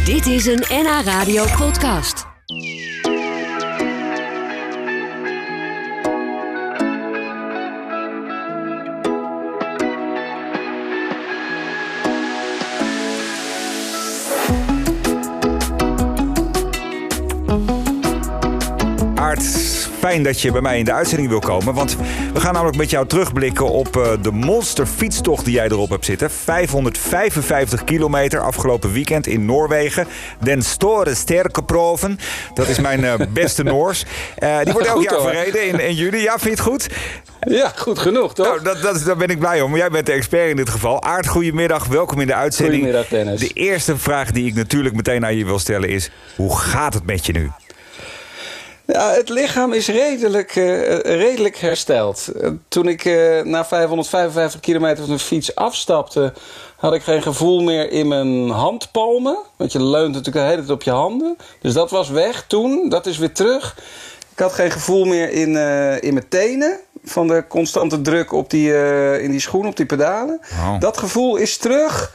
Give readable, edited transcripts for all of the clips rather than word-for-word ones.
Dit is een NH Radio podcast. Fijn dat je bij mij in de uitzending wil komen. Want we gaan namelijk met jou terugblikken op de monsterfietstocht die jij erop hebt zitten. 555 kilometer afgelopen weekend in Noorwegen. Den Store Sterkeproven. Dat is mijn beste Noors. Die wordt elk jaar verreden in juli. Ja, vind je het goed? Ja, goed genoeg, toch? Nou, daar ben ik blij om. Jij bent de expert in dit geval. Aart, goedemiddag. Welkom in de uitzending. Goedemiddag, Dennis. De eerste vraag die ik natuurlijk meteen aan je wil stellen is: hoe gaat het met je nu? Ja, het lichaam is redelijk hersteld. Toen ik na 555 kilometer van de fiets afstapte, had ik geen gevoel meer in mijn handpalmen. Want je leunt natuurlijk de hele tijd op je handen. Dus dat was weg toen. Dat is weer terug. Ik had geen gevoel meer in mijn tenen. Van de constante druk op in die schoen, op die pedalen. Wow. Dat gevoel is terug.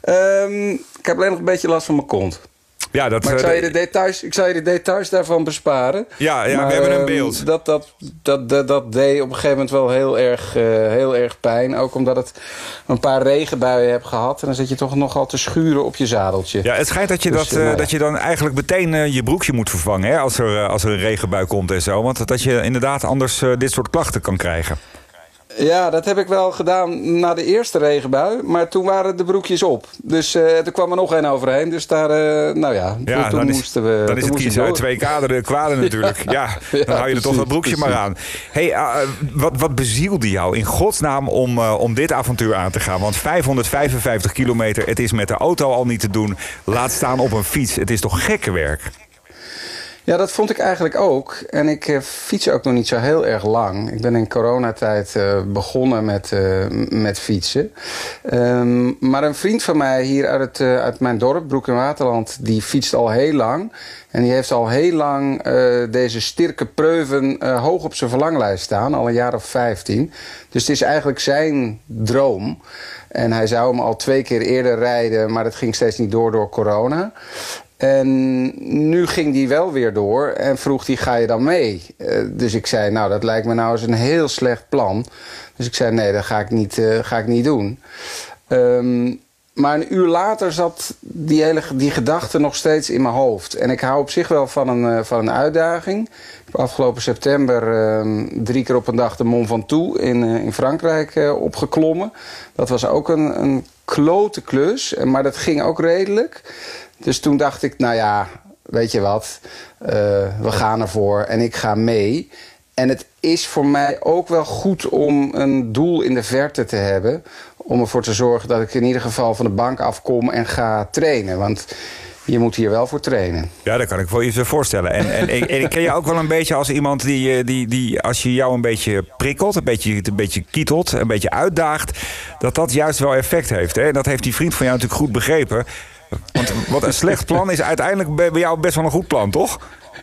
Ik heb alleen nog een beetje last van mijn kont. Ja, maar ik zou je de details daarvan besparen. Ja, maar, we hebben een beeld. Dat deed op een gegeven moment wel heel erg pijn. Ook omdat het een paar regenbuien heb gehad. En dan zit je toch nogal te schuren op je zadeltje. Ja, het schijnt dat je, dat je dan eigenlijk meteen je broekje moet vervangen. Hè, als er een regenbui komt en zo. Want dat je inderdaad anders dit soort klachten kan krijgen. Ja, dat heb ik wel gedaan na de eerste regenbui. Maar toen waren de broekjes op. Dus er kwam er nog één overheen. Dus daar, toen moesten we... Dan is het kiezen uit twee kwaden natuurlijk. Ja, dan hou je er toch dat broekje maar aan. Hey, wat bezielde jou in godsnaam om dit avontuur aan te gaan? Want 555 kilometer, het is met de auto al niet te doen. Laat staan op een fiets. Het is toch gekke werk? Ja, dat vond ik eigenlijk ook. En ik fiets ook nog niet zo heel erg lang. Ik ben in coronatijd begonnen met fietsen. Maar een vriend van mij hier uit mijn dorp, Broek in Waterland, die fietst al heel lang. En die heeft al heel lang deze Sterkeproven hoog op zijn verlanglijst staan. Al een jaar of 15. Dus het is eigenlijk zijn droom. En hij zou hem al 2 keer eerder rijden, maar dat ging steeds niet door corona. En nu ging die wel weer door en vroeg hij, ga je dan mee? Dus ik zei, nou, dat lijkt me nou eens een heel slecht plan. Dus ik zei, nee, dat ga ik niet doen. Maar een uur later zat die gedachte nog steeds in mijn hoofd. En ik hou op zich wel van een uitdaging. Ik heb afgelopen september 3 keer op een dag de Mont Ventoux in Frankrijk opgeklommen. Dat was ook een klote klus, maar dat ging ook redelijk. Dus toen dacht ik, nou ja, weet je wat, we gaan ervoor en ik ga mee. En het is voor mij ook wel goed om een doel in de verte te hebben. Om ervoor te zorgen dat ik in ieder geval van de bank afkom en ga trainen. Want je moet hier wel voor trainen. Ja, dat kan ik wel even voorstellen. En ik ken je ook wel een beetje als iemand die als je jou een beetje prikkelt, een beetje kietelt, een beetje uitdaagt, dat juist wel effect heeft. Hè? En dat heeft die vriend van jou natuurlijk goed begrepen. Want wat een slecht plan is uiteindelijk bij jou best wel een goed plan, toch?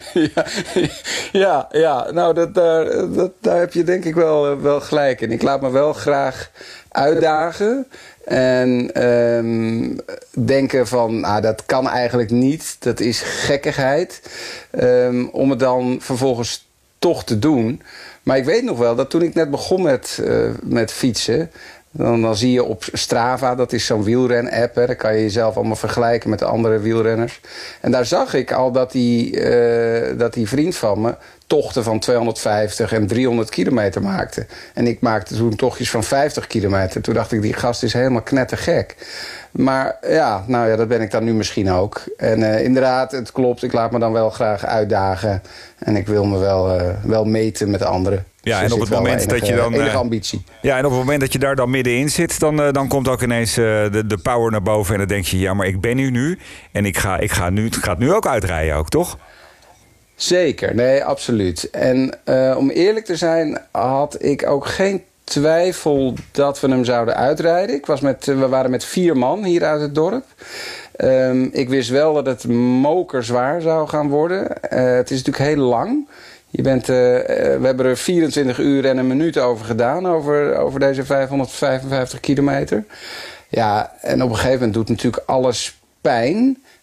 Ja. Nou, daar heb je denk ik wel gelijk in. Ik laat me wel graag uitdagen. En denken van, dat kan eigenlijk niet. Dat is gekkigheid. Om het dan vervolgens toch te doen. Maar ik weet nog wel dat toen ik net begon met fietsen, dan zie je op Strava, dat is zo'n wielren-app. Daar kan je jezelf allemaal vergelijken met de andere wielrenners. En daar zag ik al dat die vriend van me tochten van 250 en 300 kilometer maakte. En ik maakte toen tochtjes van 50 kilometer. Toen dacht ik, die gast is helemaal knettergek. Maar ja, dat ben ik dan nu misschien ook. En inderdaad, het klopt, ik laat me dan wel graag uitdagen. En ik wil me wel meten met anderen. Ja, en op het moment dat je dan enige ambitie. Ja, en op het moment dat je daar dan middenin zit, dan komt ook ineens de power naar boven. En dan denk je, ja, maar ik ben hier nu. En ik ga het nu ook uitrijden ook, toch? Zeker, nee, absoluut. En om eerlijk te zijn, had ik ook geen twijfel dat we hem zouden uitrijden. We waren met 4 man hier uit het dorp. Ik wist wel dat het mokerzwaar zou gaan worden. Het is natuurlijk heel lang. We hebben er 24 uur en een minuut over gedaan, over deze 555 kilometer. Ja, en op een gegeven moment doet natuurlijk alles pijn.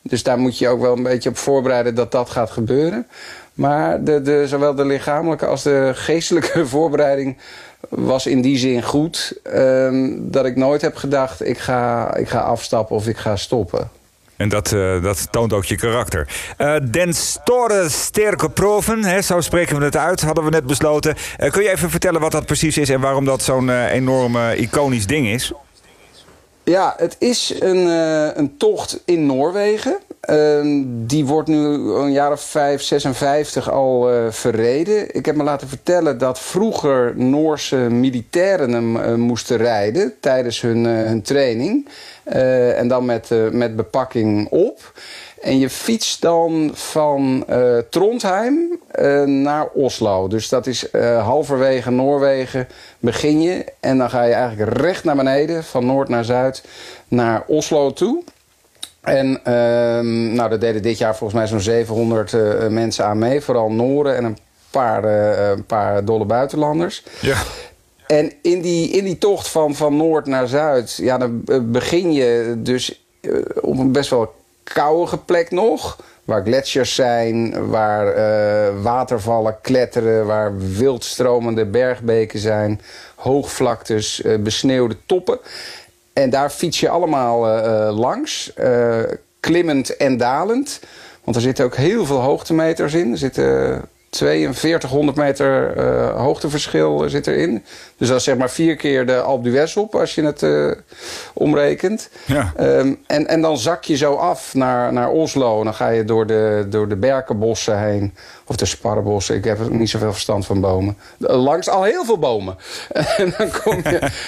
Dus daar moet je ook wel een beetje op voorbereiden dat dat gaat gebeuren. Maar zowel de lichamelijke als de geestelijke voorbereiding was in die zin goed. Dat ik nooit heb gedacht, ik ga afstappen of ik ga stoppen. En dat toont ook je karakter. Den store sterke proeven, hè, zo spreken we het uit, hadden we net besloten. Kun je even vertellen wat dat precies is en waarom dat zo'n enorm iconisch ding is? Ja, het is een tocht in Noorwegen. Die wordt nu een jaar of 56 al verreden. Ik heb me laten vertellen dat vroeger Noorse militairen hem moesten rijden tijdens hun training. En dan met bepakking op. En je fietst dan van Trondheim naar Oslo. Dus dat is halverwege Noorwegen begin je. En dan ga je eigenlijk recht naar beneden, van noord naar zuid, naar Oslo toe. En daar deden dit jaar volgens mij zo'n 700 mensen aan mee. Vooral Noren en een paar dolle buitenlanders. Ja. En in die tocht van noord naar zuid, ja, dan begin je dus op een best wel koude plek nog. Waar gletsjers zijn, waar watervallen kletteren, waar wildstromende bergbeken zijn, hoogvlaktes, besneeuwde toppen. En daar fiets je allemaal langs, klimmend en dalend. Want er zitten ook heel veel hoogtemeters in. Er zitten 4200 meter hoogteverschil zit erin. Dus dat is zeg maar 4 keer de Alpe d'Huez op, als je het omrekent. Ja. En dan zak je zo af naar Oslo. Dan ga je door de berkenbossen heen. Of de sparrenbossen. Ik heb er niet zoveel verstand van bomen. Langs al heel veel bomen. En dan kom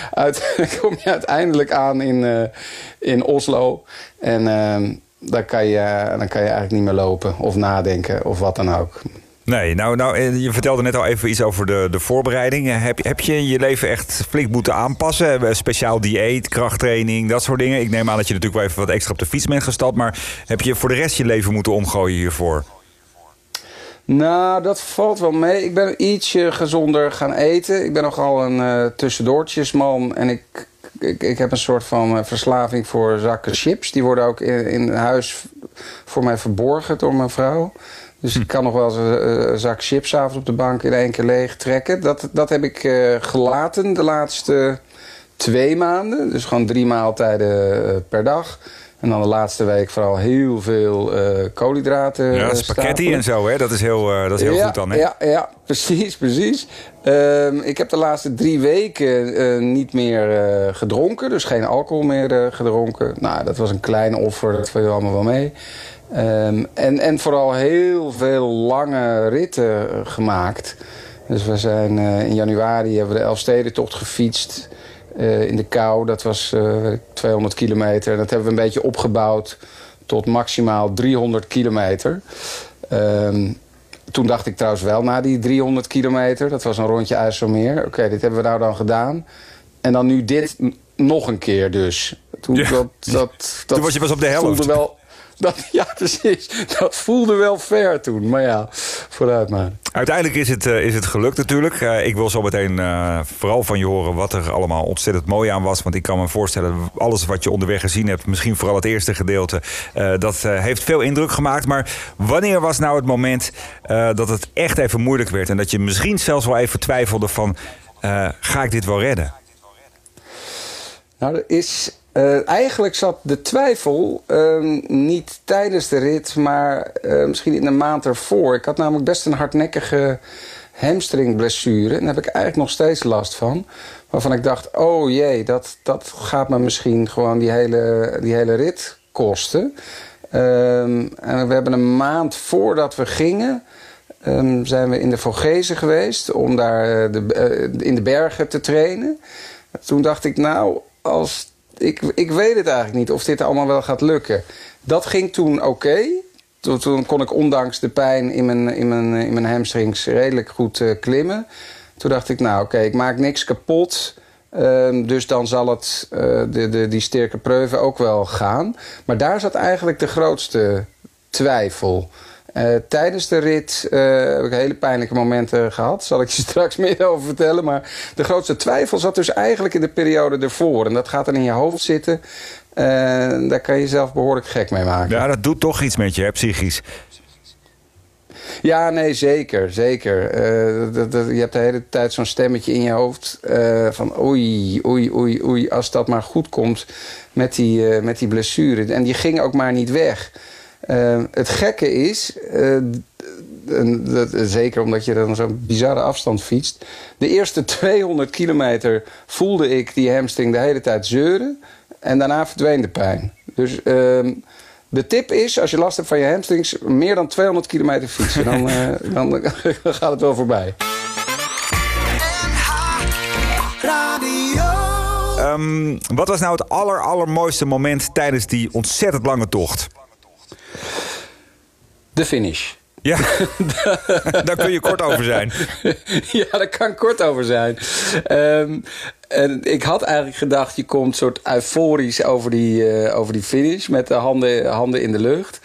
je uiteindelijk aan in Oslo. En dan kan je eigenlijk niet meer lopen of nadenken of wat dan ook. Nee, nou, je vertelde net al even iets over de voorbereiding. Heb je je leven echt flink moeten aanpassen? Speciaal dieet, krachttraining, dat soort dingen. Ik neem aan dat je natuurlijk wel even wat extra op de fiets bent gestapt. Maar heb je voor de rest je leven moeten omgooien hiervoor? Nou, dat valt wel mee. Ik ben ietsje gezonder gaan eten. Ik ben nogal een tussendoortjesman. En ik heb een soort van verslaving voor zakken chips. Die worden ook in huis voor mij verborgen door mijn vrouw. Dus ik kan nog wel eens een zak chips avonds op de bank in 1 keer leeg trekken. Dat heb ik gelaten de laatste 2 maanden. Dus gewoon 3 maaltijden per dag. En dan de laatste week vooral heel veel koolhydraten. Ja, spaghetti en zo, hè? Dat is heel goed dan, hè? Ja, precies. Ik heb de laatste 3 weken niet meer gedronken. Dus geen alcohol meer gedronken. Nou, dat was een klein offer. Dat viel allemaal wel mee. En vooral heel veel lange ritten gemaakt. Dus we zijn in januari hebben we de Elfstedentocht gefietst in de kou. Dat was 200 kilometer. En dat hebben we een beetje opgebouwd tot maximaal 300 kilometer. Toen dacht ik trouwens wel na die 300 kilometer. Dat was een rondje IJsselmeer. Oké, dit hebben we nou dan gedaan. En dan nu dit nog een keer dus. Toen was je pas op de helft. Voelde wel, ja, precies. Dat voelde wel fair toen. Maar ja, vooruit maar. Uiteindelijk is het gelukt natuurlijk. Ik wil zo meteen vooral van je horen wat er allemaal ontzettend mooi aan was. Want ik kan me voorstellen, alles wat je onderweg gezien hebt, misschien vooral het eerste gedeelte, dat heeft veel indruk gemaakt. Maar wanneer was nou het moment dat het echt even moeilijk werd? En dat je misschien zelfs wel even twijfelde van, ga ik dit wel redden? Nou, er is... eigenlijk zat de twijfel niet tijdens de rit, maar misschien in de maand ervoor. Ik had namelijk best een hardnekkige hamstringblessure. En daar heb ik eigenlijk nog steeds last van. Waarvan ik dacht, oh jee, dat gaat me misschien gewoon die hele rit kosten. En we hebben een maand voordat we gingen, zijn we in de Vogezen geweest om daar in de bergen te trainen. Toen dacht ik, nou, Ik weet het eigenlijk niet of dit allemaal wel gaat lukken. Dat ging toen oké. Toen kon ik ondanks de pijn in mijn hamstrings redelijk goed klimmen. Toen dacht ik, nou oké, ik maak niks kapot. Dus dan zal het die sterke preuven ook wel gaan. Maar daar zat eigenlijk de grootste twijfel. Tijdens de rit heb ik hele pijnlijke momenten gehad. Zal ik je straks meer over vertellen. Maar de grootste twijfel zat dus eigenlijk in de periode ervoor. En dat gaat dan in je hoofd zitten. Daar kan je jezelf behoorlijk gek mee maken. Ja, dat doet toch iets met je, hè, psychisch. Ja, nee, zeker. Je hebt de hele tijd zo'n stemmetje in je hoofd van oei, als dat maar goed komt met die blessure. En die ging ook maar niet weg. Het gekke is, zeker omdat je dan zo'n bizarre afstand fietst. De eerste 200 kilometer voelde ik die hamstring de hele tijd zeuren. En daarna verdween de pijn. Dus de tip is, als je last hebt van je hamstrings, meer dan 200 kilometer fietsen. Dan gaat het wel voorbij. Wat was nou het allermooiste moment tijdens die ontzettend lange tocht? De finish. Ja, daar kun je kort over zijn. Ja, daar kan ik kort over zijn. En ik had eigenlijk gedacht, je komt soort euforisch over die finish met de handen in de lucht.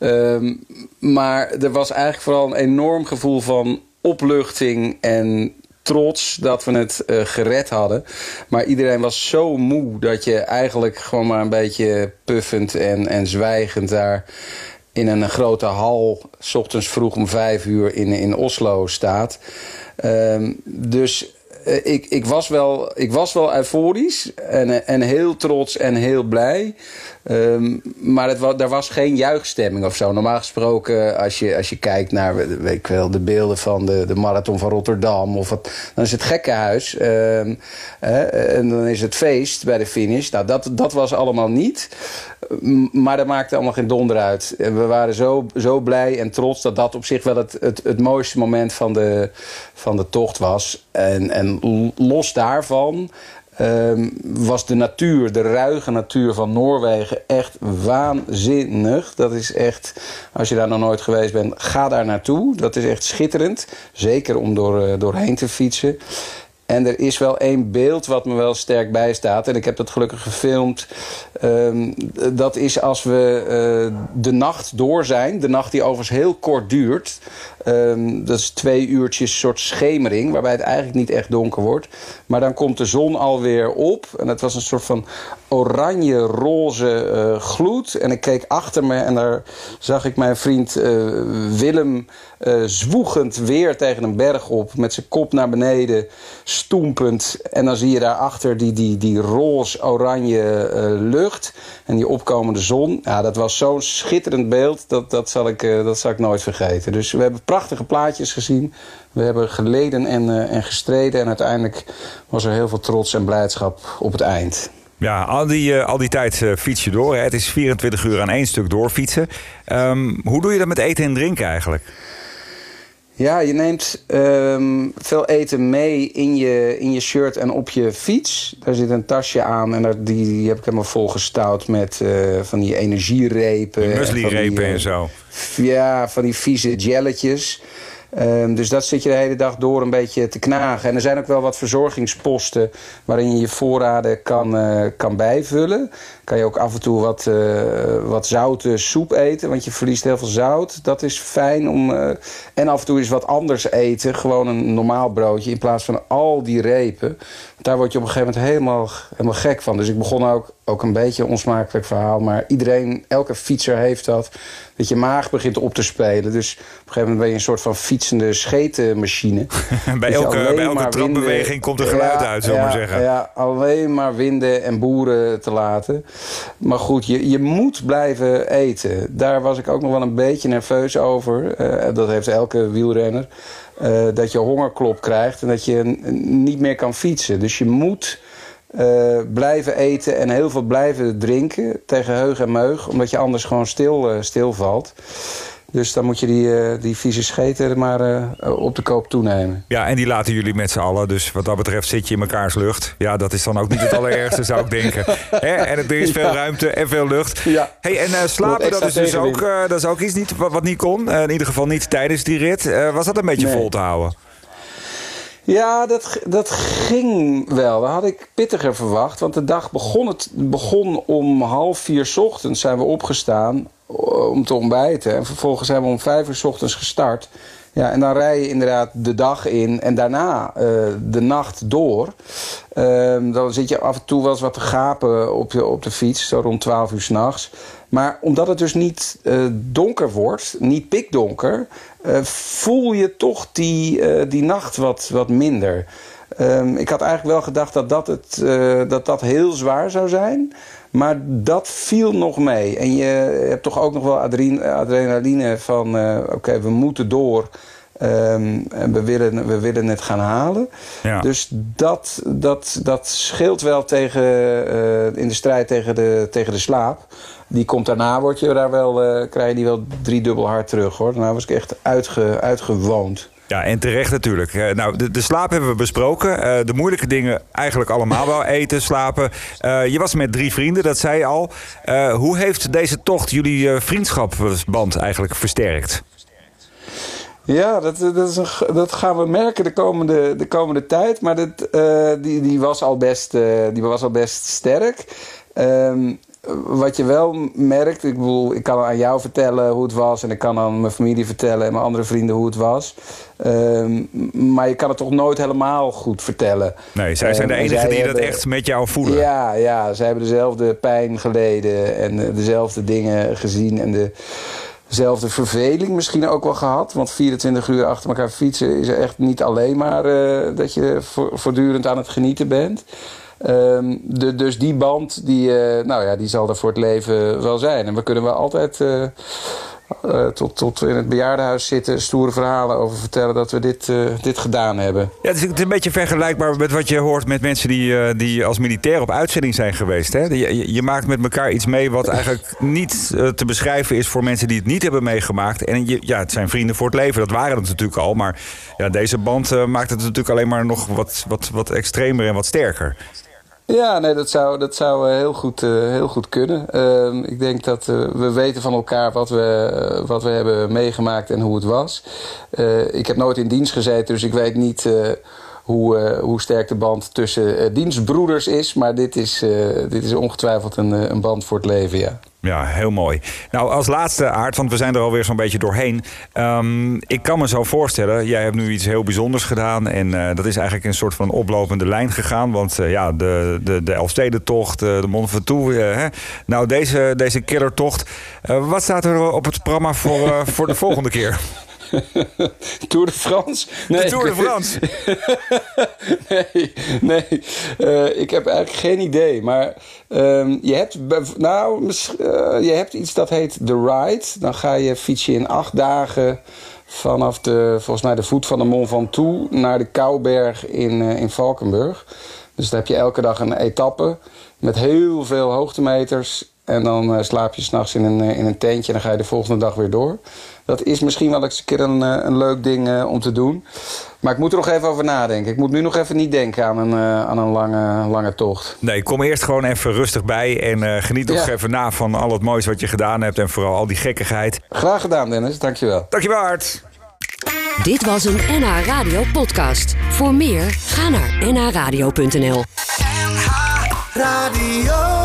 Maar er was eigenlijk vooral een enorm gevoel van opluchting en trots dat we het gered hadden. Maar iedereen was zo moe dat je eigenlijk gewoon maar een beetje puffend en zwijgend daar in een grote hal 's ochtends vroeg om 5 uur in Oslo staat. Dus ik was wel euforisch en heel trots en heel blij. Maar er was geen juichstemming of zo. Normaal gesproken, als je kijkt naar weet ik wel, de beelden van de marathon van Rotterdam, dan is het gekkenhuis. En dan is het feest bij de finish. Nou, dat was allemaal niet. Maar dat maakte allemaal geen donder uit. We waren zo blij en trots dat op zich wel het mooiste moment van de tocht was. En los daarvan was de natuur, de ruige natuur van Noorwegen echt waanzinnig. Dat is echt, als je daar nog nooit geweest bent, ga daar naartoe. Dat is echt schitterend. Zeker om doorheen te fietsen. En er is wel één beeld wat me wel sterk bijstaat. En ik heb dat gelukkig gefilmd. Dat is als we de nacht door zijn. De nacht die overigens heel kort duurt. Dat is 2 uurtjes soort schemering. Waarbij het eigenlijk niet echt donker wordt. Maar dan komt de zon alweer op. En het was een soort van oranje-roze gloed. En ik keek achter me en daar zag ik mijn vriend Willem zwoegend weer tegen een berg op. Met zijn kop naar beneden, stoempend. En dan zie je daarachter die roze-oranje lucht. En die opkomende zon. Ja, dat was zo'n schitterend beeld. Dat zal ik nooit vergeten. Dus we hebben prachtige plaatjes gezien. We hebben geleden en gestreden. En uiteindelijk was er heel veel trots en blijdschap op het eind. Ja, al die tijd fiets je door. Hè? Het is 24 uur aan één stuk doorfietsen. Hoe doe je dat met eten en drinken eigenlijk? Ja, je neemt veel eten mee in je shirt en op je fiets. Daar zit een tasje aan en die heb ik helemaal volgestouwd met van die energierepen. Muesli-repen en zo. Ja, van die vieze jelletjes. Dus dat zit je de hele dag door een beetje te knagen. En er zijn ook wel wat verzorgingsposten waarin je je voorraden kan bijvullen. Kan je ook af en toe wat zoute soep eten, want je verliest heel veel zout. Dat is fijn om. En af en toe eens wat anders eten. Gewoon een normaal broodje in plaats van al die repen. Daar word je op een gegeven moment helemaal gek van. Dus ik begon ook een beetje een onsmakelijk verhaal. Maar elke fietser heeft dat. Dat je maag begint op te spelen. Dus op een gegeven moment ben je een soort van fietsende schetenmachine. bij elke trapbeweging komt er geluid uit, zullen we maar zeggen. Ja, alleen maar winden en boeren te laten. Maar goed, je moet blijven eten. Daar was ik ook nog wel een beetje nerveus over. Dat heeft elke wielrenner. Dat je hongerklop krijgt en dat je niet meer kan fietsen. Dus je moet blijven eten en heel veel blijven drinken tegen heug en meug. Omdat je anders gewoon stilvalt. Dus dan moet je die vieze scheten maar op de koop toenemen. Ja, en die laten jullie met z'n allen. Dus wat dat betreft zit je in mekaars lucht. Ja, dat is dan ook niet het allerergste, zou ik denken. En er is veel ruimte en veel lucht. Ja. Hey, en slapen, dat is dus ook iets wat niet kon. In ieder geval niet tijdens die rit. Was dat een beetje vol te houden? Ja, dat ging wel. Dat had ik pittiger verwacht. Want de dag begon om 3:30 's ochtends zijn we opgestaan om te ontbijten. En vervolgens zijn we om 5 uur 's ochtends gestart. Ja, en dan rij je inderdaad de dag in en daarna de nacht door. Dan zit je af en toe wel eens wat te gapen op de fiets, zo rond 12 uur 's nachts. Maar omdat het dus niet donker wordt, niet pikdonker, voel je toch die nacht wat minder. Ik had eigenlijk wel gedacht dat heel zwaar zou zijn. Maar dat viel nog mee. En je hebt toch ook nog wel adrenaline van oké, we moeten door. We willen het gaan halen. Ja. Dus dat scheelt wel in de strijd tegen de slaap. Die komt daarna, krijg je die wel 3-dubbel hard terug, hoor. Daarna was ik echt uitgewoond. Ja, en terecht natuurlijk. De slaap hebben we besproken. De moeilijke dingen eigenlijk allemaal wel. Eten, slapen. Je was met 3 vrienden, dat zei je al. Hoe heeft deze tocht jullie vriendschapsband eigenlijk versterkt? Ja, dat gaan we merken de komende tijd. Maar die was al best sterk. Wat je wel merkt, ik kan aan jou vertellen hoe het was en ik kan aan mijn familie vertellen en mijn andere vrienden hoe het was. Maar je kan het toch nooit helemaal goed vertellen. Nee, zij zijn de enigen die dat echt met jou voelen. Ja, zij hebben dezelfde pijn geleden en dezelfde dingen gezien en dezelfde verveling misschien ook wel gehad. Want 24 uur achter elkaar fietsen is echt niet alleen maar dat je voortdurend aan het genieten bent. Dus die band, die zal er voor het leven wel zijn. En we kunnen wel altijd tot in het bejaardenhuis zitten, stoere verhalen over vertellen dat we dit gedaan hebben. Ja, het is een beetje vergelijkbaar met wat je hoort met mensen die als militair op uitzending zijn geweest. Hè? Je maakt met elkaar iets mee wat eigenlijk niet te beschrijven is voor mensen die het niet hebben meegemaakt. En het zijn vrienden voor het leven, dat waren het natuurlijk al. Maar ja, deze band maakt het natuurlijk alleen maar nog wat extremer en wat sterker. Ja, nee, dat zou heel goed kunnen. Ik denk dat we weten van elkaar wat we hebben meegemaakt en hoe het was. Ik heb nooit in dienst gezeten, dus ik weet niet hoe sterk de band tussen dienstbroeders is. Maar dit is ongetwijfeld een band voor het leven, ja. Ja, heel mooi. Nou, als laatste, Aart, want we zijn er alweer zo'n beetje doorheen. Ik kan me zo voorstellen, jij hebt nu iets heel bijzonders gedaan. En dat is eigenlijk een soort van oplopende lijn gegaan. Want de Elfstedentocht, de Mont Ventoux. Nou, deze killertocht. Wat staat er op het programma voor de volgende keer? Tour de France? Nee, de Tour de France? Nee. Ik heb eigenlijk geen idee. Maar je hebt iets dat heet The Ride. Dan ga je fietsen in 8 dagen vanaf volgens mij de voet van de Mont Ventoux naar de Kouberg in Valkenburg. Dus dan heb je elke dag een etappe met heel veel hoogtemeters. En dan slaap je 's nachts in een tentje en dan ga je de volgende dag weer door. Dat is misschien wel eens een keer een leuk ding om te doen. Maar ik moet er nog even over nadenken. Ik moet nu nog even niet denken aan een lange tocht. Nee, kom eerst gewoon even rustig bij en geniet nog even na van al het moois wat je gedaan hebt. En vooral al die gekkigheid. Graag gedaan, Dennis. Dankjewel. Dankjewel, Aart. Dit was een NH Radio podcast. Voor meer, ga naar nhradio.nl. NH Radio.